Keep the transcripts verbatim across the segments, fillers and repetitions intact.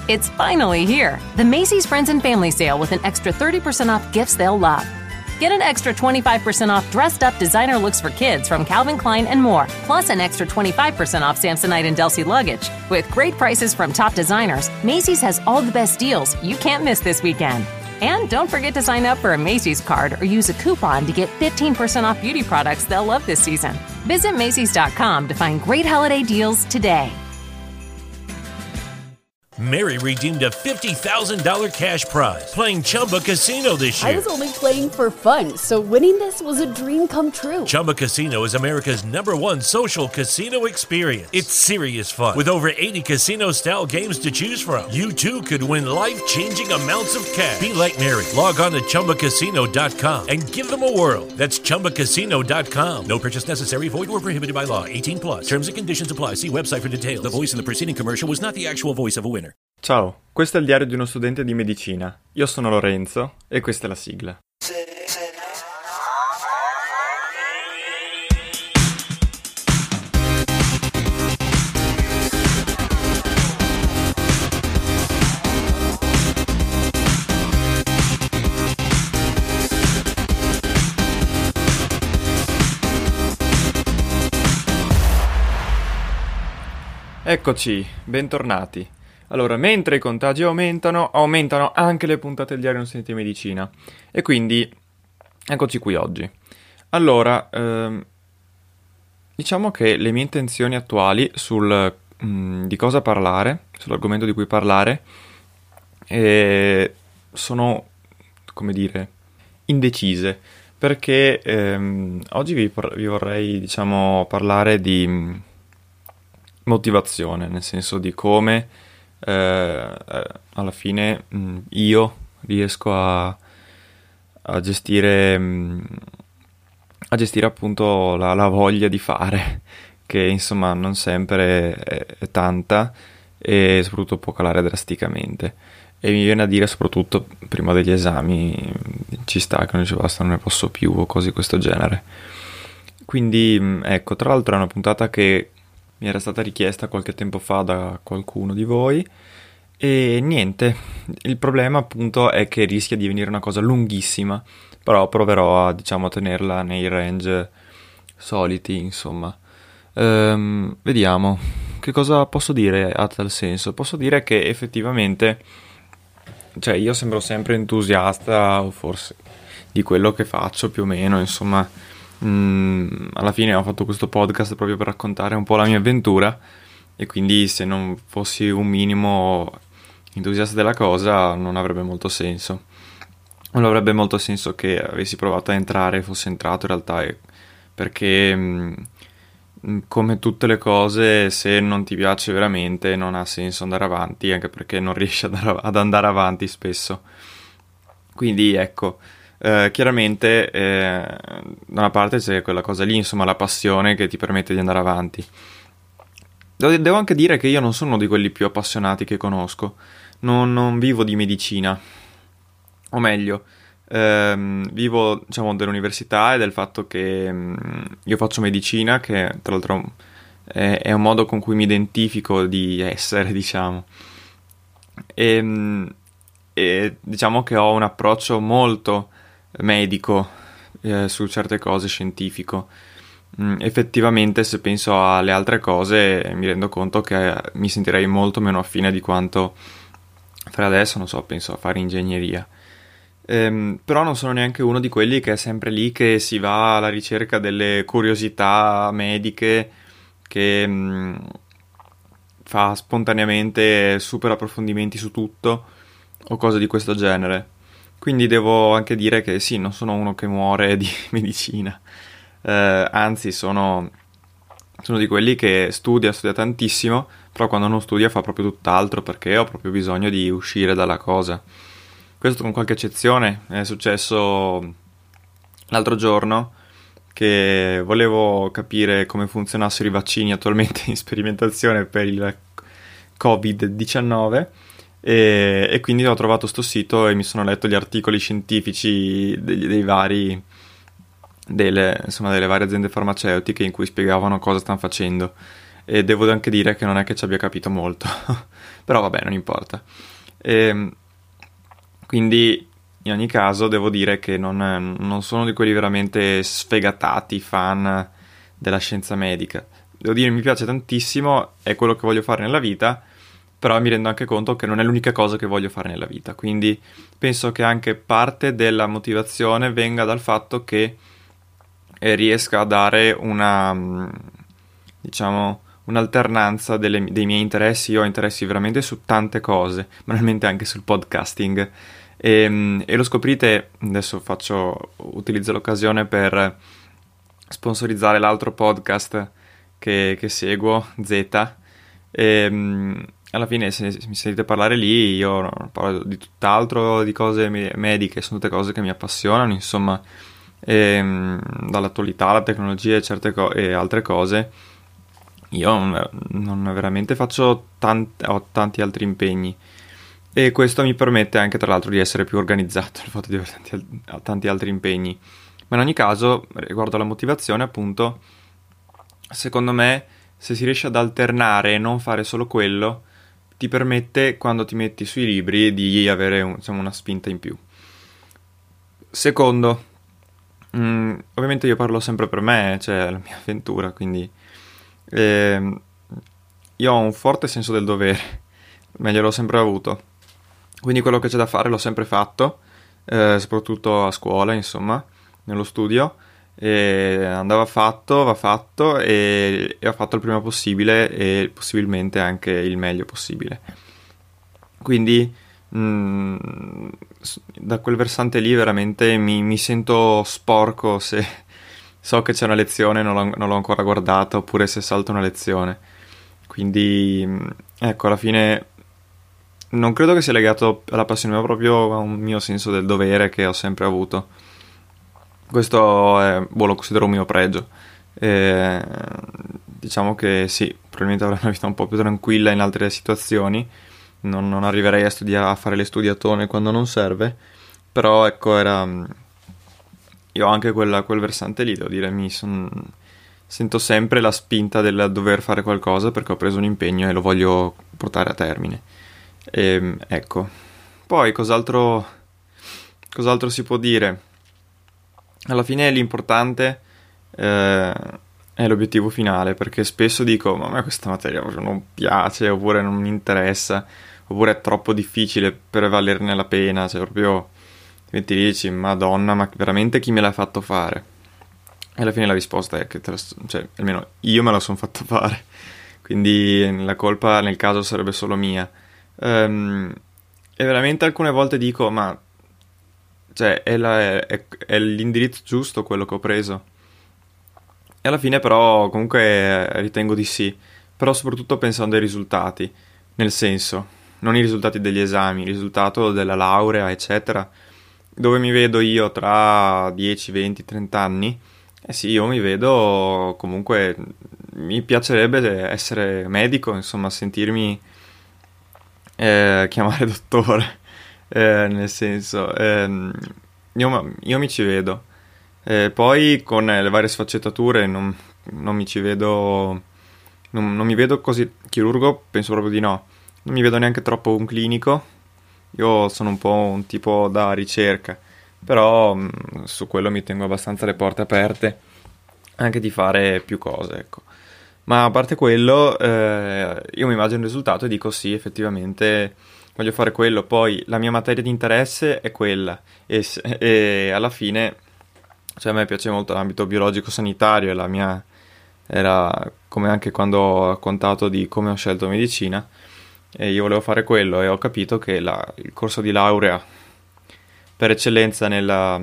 It's finally here. The Macy's Friends and Family Sale with an extra thirty percent off gifts they'll love. Get an extra twenty-five percent off dressed-up designer looks for kids from Calvin Klein and more, plus an extra twenty-five percent off Samsonite and Delsey luggage. With great prices from top designers, Macy's has all the best deals you can't miss this weekend. And don't forget to sign up for a Macy's card or use a coupon to get fifteen percent off beauty products they'll love this season. Visit Macys dot com to find great holiday deals today. Mary redeemed a fifty thousand dollars cash prize playing Chumba Casino this year. I was only playing for fun, so winning this was a dream come true. Chumba Casino is America's number one social casino experience. It's serious fun. With over eighty casino-style games to choose from, you too could win life-changing amounts of cash. Be like Mary. Log on to Chumba Casino dot com and give them a whirl. That's Chumba Casino dot com. No purchase necessary. Void or prohibited by law. eighteen plus. Terms and conditions apply. See website for details. The voice in the preceding commercial was not the actual voice of a winner. Ciao, questo è il diario di uno studente di medicina. Io sono Lorenzo e questa è la sigla. Eccoci, bentornati. Allora, mentre i contagi aumentano, aumentano anche le puntate del diario di uno studente di medicina. E quindi, eccoci qui oggi. Allora, ehm, diciamo che le mie intenzioni attuali sul mh, di cosa parlare, sull'argomento di cui parlare, eh, sono, come dire, indecise. Perché ehm, oggi vi, vi vorrei, diciamo, parlare di mh, motivazione, nel senso di come Eh, eh, alla fine mh, io riesco a, a gestire mh, a gestire appunto la, la voglia di fare, che insomma non sempre è, è tanta e soprattutto può calare drasticamente, e mi viene a dire soprattutto prima degli esami ci sta che non ci basta, non ne posso più o cose di questo genere. Quindi mh, ecco, tra l'altro è una puntata che mi era stata richiesta qualche tempo fa da qualcuno di voi e niente, il problema appunto è che rischia di venire una cosa lunghissima, però proverò a, diciamo, a tenerla nei range soliti, insomma. Ehm, vediamo, che cosa posso dire a tal senso? Posso dire che effettivamente, cioè io sembro sempre entusiasta, o forse di quello che faccio più o meno, insomma. Mm, alla fine ho fatto questo podcast proprio per raccontare un po' la mia avventura, e quindi se non fossi un minimo entusiasta della cosa non avrebbe molto senso. Non avrebbe molto senso che avessi provato a entrare e fossi entrato in realtà, è perché mm, come tutte le cose, se non ti piace veramente non ha senso andare avanti, anche perché non riesci ad andare avanti spesso. Quindi ecco, Eh, chiaramente eh, da una parte c'è quella cosa lì, insomma, la passione che ti permette di andare avanti. Devo, devo anche dire che io non sono uno di quelli più appassionati che conosco, non, non vivo di medicina, o meglio, ehm, vivo, diciamo, dell'università e del fatto che mh, io faccio medicina, che tra l'altro è, è un modo con cui mi identifico di essere, diciamo, e, mh, e diciamo che ho un approccio molto medico eh, su certe cose, scientifico. Mm, effettivamente se penso alle altre cose mi rendo conto che mi sentirei molto meno affine di quanto per adesso, non so, penso a fare ingegneria. Ehm, però non sono neanche uno di quelli che è sempre lì che si va alla ricerca delle curiosità mediche, che mm, fa spontaneamente super approfondimenti su tutto o cose di questo genere. Quindi devo anche dire che sì, non sono uno che muore di medicina, eh, anzi sono, sono di quelli che studia, studia tantissimo, però quando non studia fa proprio tutt'altro, perché ho proprio bisogno di uscire dalla cosa. Questo con qualche eccezione. È successo l'altro giorno che volevo capire come funzionassero i vaccini attualmente in sperimentazione per il covid diciannove, E, e quindi ho trovato sto sito e mi sono letto gli articoli scientifici dei, dei vari delle, insomma, delle varie aziende farmaceutiche in cui spiegavano cosa stanno facendo, e devo anche dire che non è che ci abbia capito molto, però vabbè, non importa. E, quindi in ogni caso devo dire che non, non sono di quelli veramente sfegatati fan della scienza medica. Devo dire, mi piace tantissimo, è quello che voglio fare nella vita, però mi rendo anche conto che non è l'unica cosa che voglio fare nella vita, quindi penso che anche parte della motivazione venga dal fatto che eh, riesca a dare una, diciamo, un'alternanza delle, dei miei interessi. Io ho interessi veramente su tante cose, banalmente anche sul podcasting, e, e lo scoprite, adesso faccio, utilizzo l'occasione per sponsorizzare l'altro podcast che, che seguo, Z, e alla fine se mi sentite parlare lì io parlo di tutt'altro, di cose mediche, sono tutte cose che mi appassionano, insomma, e, dall'attualità alla tecnologia e certe co- e altre cose. Io non, non veramente faccio tanti, ho tanti altri impegni, e questo mi permette anche tra l'altro di essere più organizzato, il fatto di avere tanti, tanti altri impegni. Ma in ogni caso, riguardo alla motivazione, appunto, secondo me se si riesce ad alternare e non fare solo quello, ti permette, quando ti metti sui libri, di avere un, diciamo, una spinta in più. Secondo, mh, ovviamente io parlo sempre per me, cioè la mia avventura, quindi eh, io ho un forte senso del dovere, meglio l'ho sempre avuto, quindi quello che c'è da fare l'ho sempre fatto, eh, soprattutto a scuola, insomma, nello studio, e andava fatto, va fatto, e, e va fatto il prima possibile e possibilmente anche il meglio possibile. Quindi mh, da quel versante lì veramente mi, mi sento sporco se so che c'è una lezione e non l'ho, non l'ho ancora guardata, oppure se salto una lezione. Quindi mh, ecco, alla fine non credo che sia legato alla passione, ma proprio a un mio senso del dovere che ho sempre avuto. Questo è, boh, lo considero un mio pregio. E, diciamo che sì, probabilmente avrei una vita un po' più tranquilla in altre situazioni, non, non arriverei a studiare, a fare le studiatone quando non serve, però ecco, era, io ho anche quella, quel versante lì, devo dire, mi son, sento sempre la spinta del dover fare qualcosa perché ho preso un impegno e lo voglio portare a termine. E, ecco, poi cos'altro, cos'altro si può dire? Alla fine l'importante eh, è l'obiettivo finale, perché spesso dico, ma a me questa materia proprio non piace, oppure non mi interessa, oppure è troppo difficile per valerne la pena, cioè proprio ti dici, madonna, ma veramente chi me l'ha fatto fare? E alla fine la risposta è che, te la, cioè, almeno io me la sono fatto fare, quindi la colpa nel caso sarebbe solo mia. Um, e veramente alcune volte dico, ma cioè è, la, è, è l'indirizzo giusto quello che ho preso? E alla fine però comunque ritengo di sì, però soprattutto pensando ai risultati, nel senso, non i risultati degli esami, il risultato della laurea, eccetera, dove mi vedo io tra dieci, venti, trenta anni. Eh sì, io mi vedo comunque, mi piacerebbe essere medico, insomma, sentirmi eh, chiamare dottore. Eh, nel senso, ehm, io, io mi ci vedo, eh, poi con le varie sfaccettature non, non mi ci vedo, non, non mi vedo così chirurgo, penso proprio di no, non mi vedo neanche troppo un clinico, io sono un po' un tipo da ricerca, però mh, su quello mi tengo abbastanza le porte aperte, anche di fare più cose, ecco. Ma a parte quello, eh, io mi immagino il risultato e dico sì, effettivamente voglio fare quello. Poi la mia materia di interesse è quella, e, e alla fine, cioè a me piace molto l'ambito biologico-sanitario, e la mia era come anche quando ho raccontato di come ho scelto medicina, e io volevo fare quello, e ho capito che la, il corso di laurea per eccellenza nella,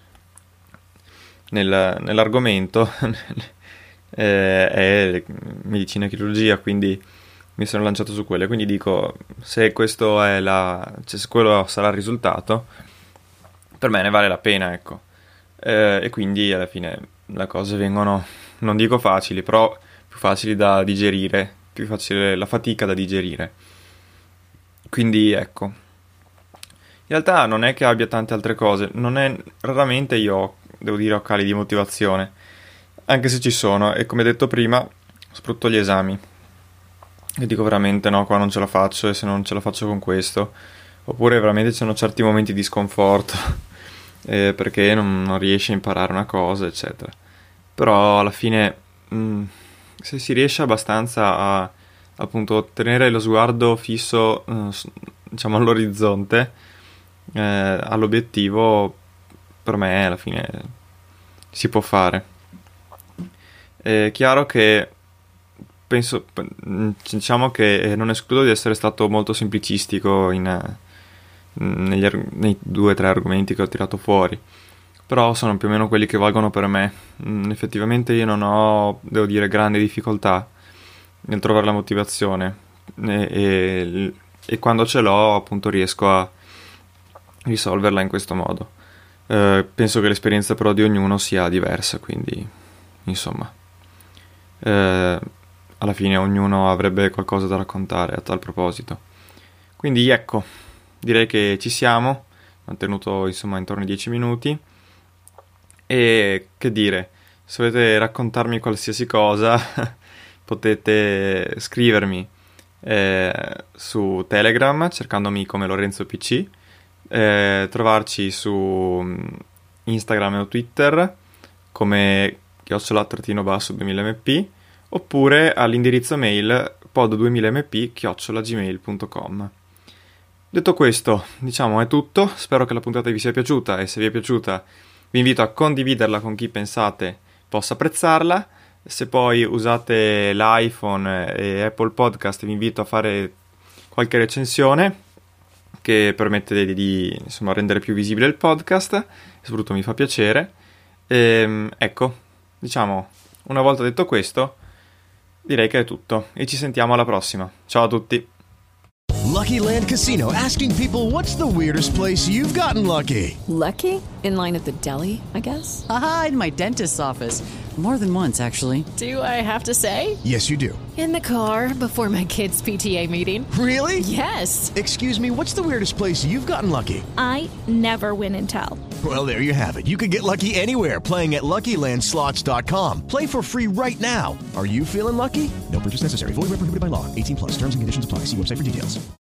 nella, nell'argomento eh, è medicina e chirurgia, quindi mi sono lanciato su quello, e quindi dico, se questo è la, cioè se quello sarà il risultato, per me ne vale la pena, ecco. Eh, e quindi alla fine le cose vengono, non dico facili, però più facili da digerire, più facile la fatica da digerire. Quindi ecco. In realtà non è che abbia tante altre cose, non è, raramente io, devo dire, ho cali di motivazione, anche se ci sono, e come detto prima, soprattutto gli esami. e dico veramente no, qua non ce la faccio, e se non ce la faccio con questo, oppure veramente ci sono certi momenti di sconforto eh, perché non, non riesci a imparare una cosa, eccetera. Però alla fine mh, se si riesce abbastanza a appunto tenere lo sguardo fisso eh, diciamo all'orizzonte, eh, all'obiettivo, per me alla fine si può fare. È chiaro che penso, diciamo che non escludo di essere stato molto semplicistico in, negli, nei due o tre argomenti che ho tirato fuori, però sono più o meno quelli che valgono per me. Effettivamente io non ho, devo dire, grandi difficoltà nel trovare la motivazione e, e, e quando ce l'ho appunto riesco a risolverla in questo modo. Eh, penso che l'esperienza però di ognuno sia diversa, quindi insomma eh, alla fine ognuno avrebbe qualcosa da raccontare a tal proposito. Quindi ecco, direi che ci siamo, mantenuto insomma intorno ai dieci minuti, e che dire, se volete raccontarmi qualsiasi cosa potete scrivermi eh, su Telegram cercandomi come Lorenzo P C, eh, trovarci su Instagram o Twitter come chiocciola trattino basso duemila m p, oppure all'indirizzo mail pod duemila m p chiocciola gmail punto com. Detto questo, diciamo è tutto, spero che la puntata vi sia piaciuta, e se vi è piaciuta vi invito a condividerla con chi pensate possa apprezzarla. Se poi usate l'iPhone e Apple Podcast vi invito a fare qualche recensione che permette di, di insomma, rendere più visibile il podcast, e soprattutto mi fa piacere. E, ecco, diciamo, una volta detto questo, direi che è tutto e ci sentiamo alla prossima. Ciao a tutti. Lucky Land Casino, asking people, what's the weirdest place you've gotten lucky? Lucky? In line at the deli, I guess? Aha, in my dentist's office. More than once, actually. Do I have to say? Yes, you do. In the car before my kids' P T A meeting. Really? Yes. Excuse me, what's the weirdest place you've gotten lucky? I never win and tell. Well, there you have it. You can get lucky anywhere, playing at Lucky Land Slots dot com. Play for free right now. Are you feeling lucky? No purchase necessary. Void where prohibited by law. eighteen plus. Terms and conditions apply. See website for details.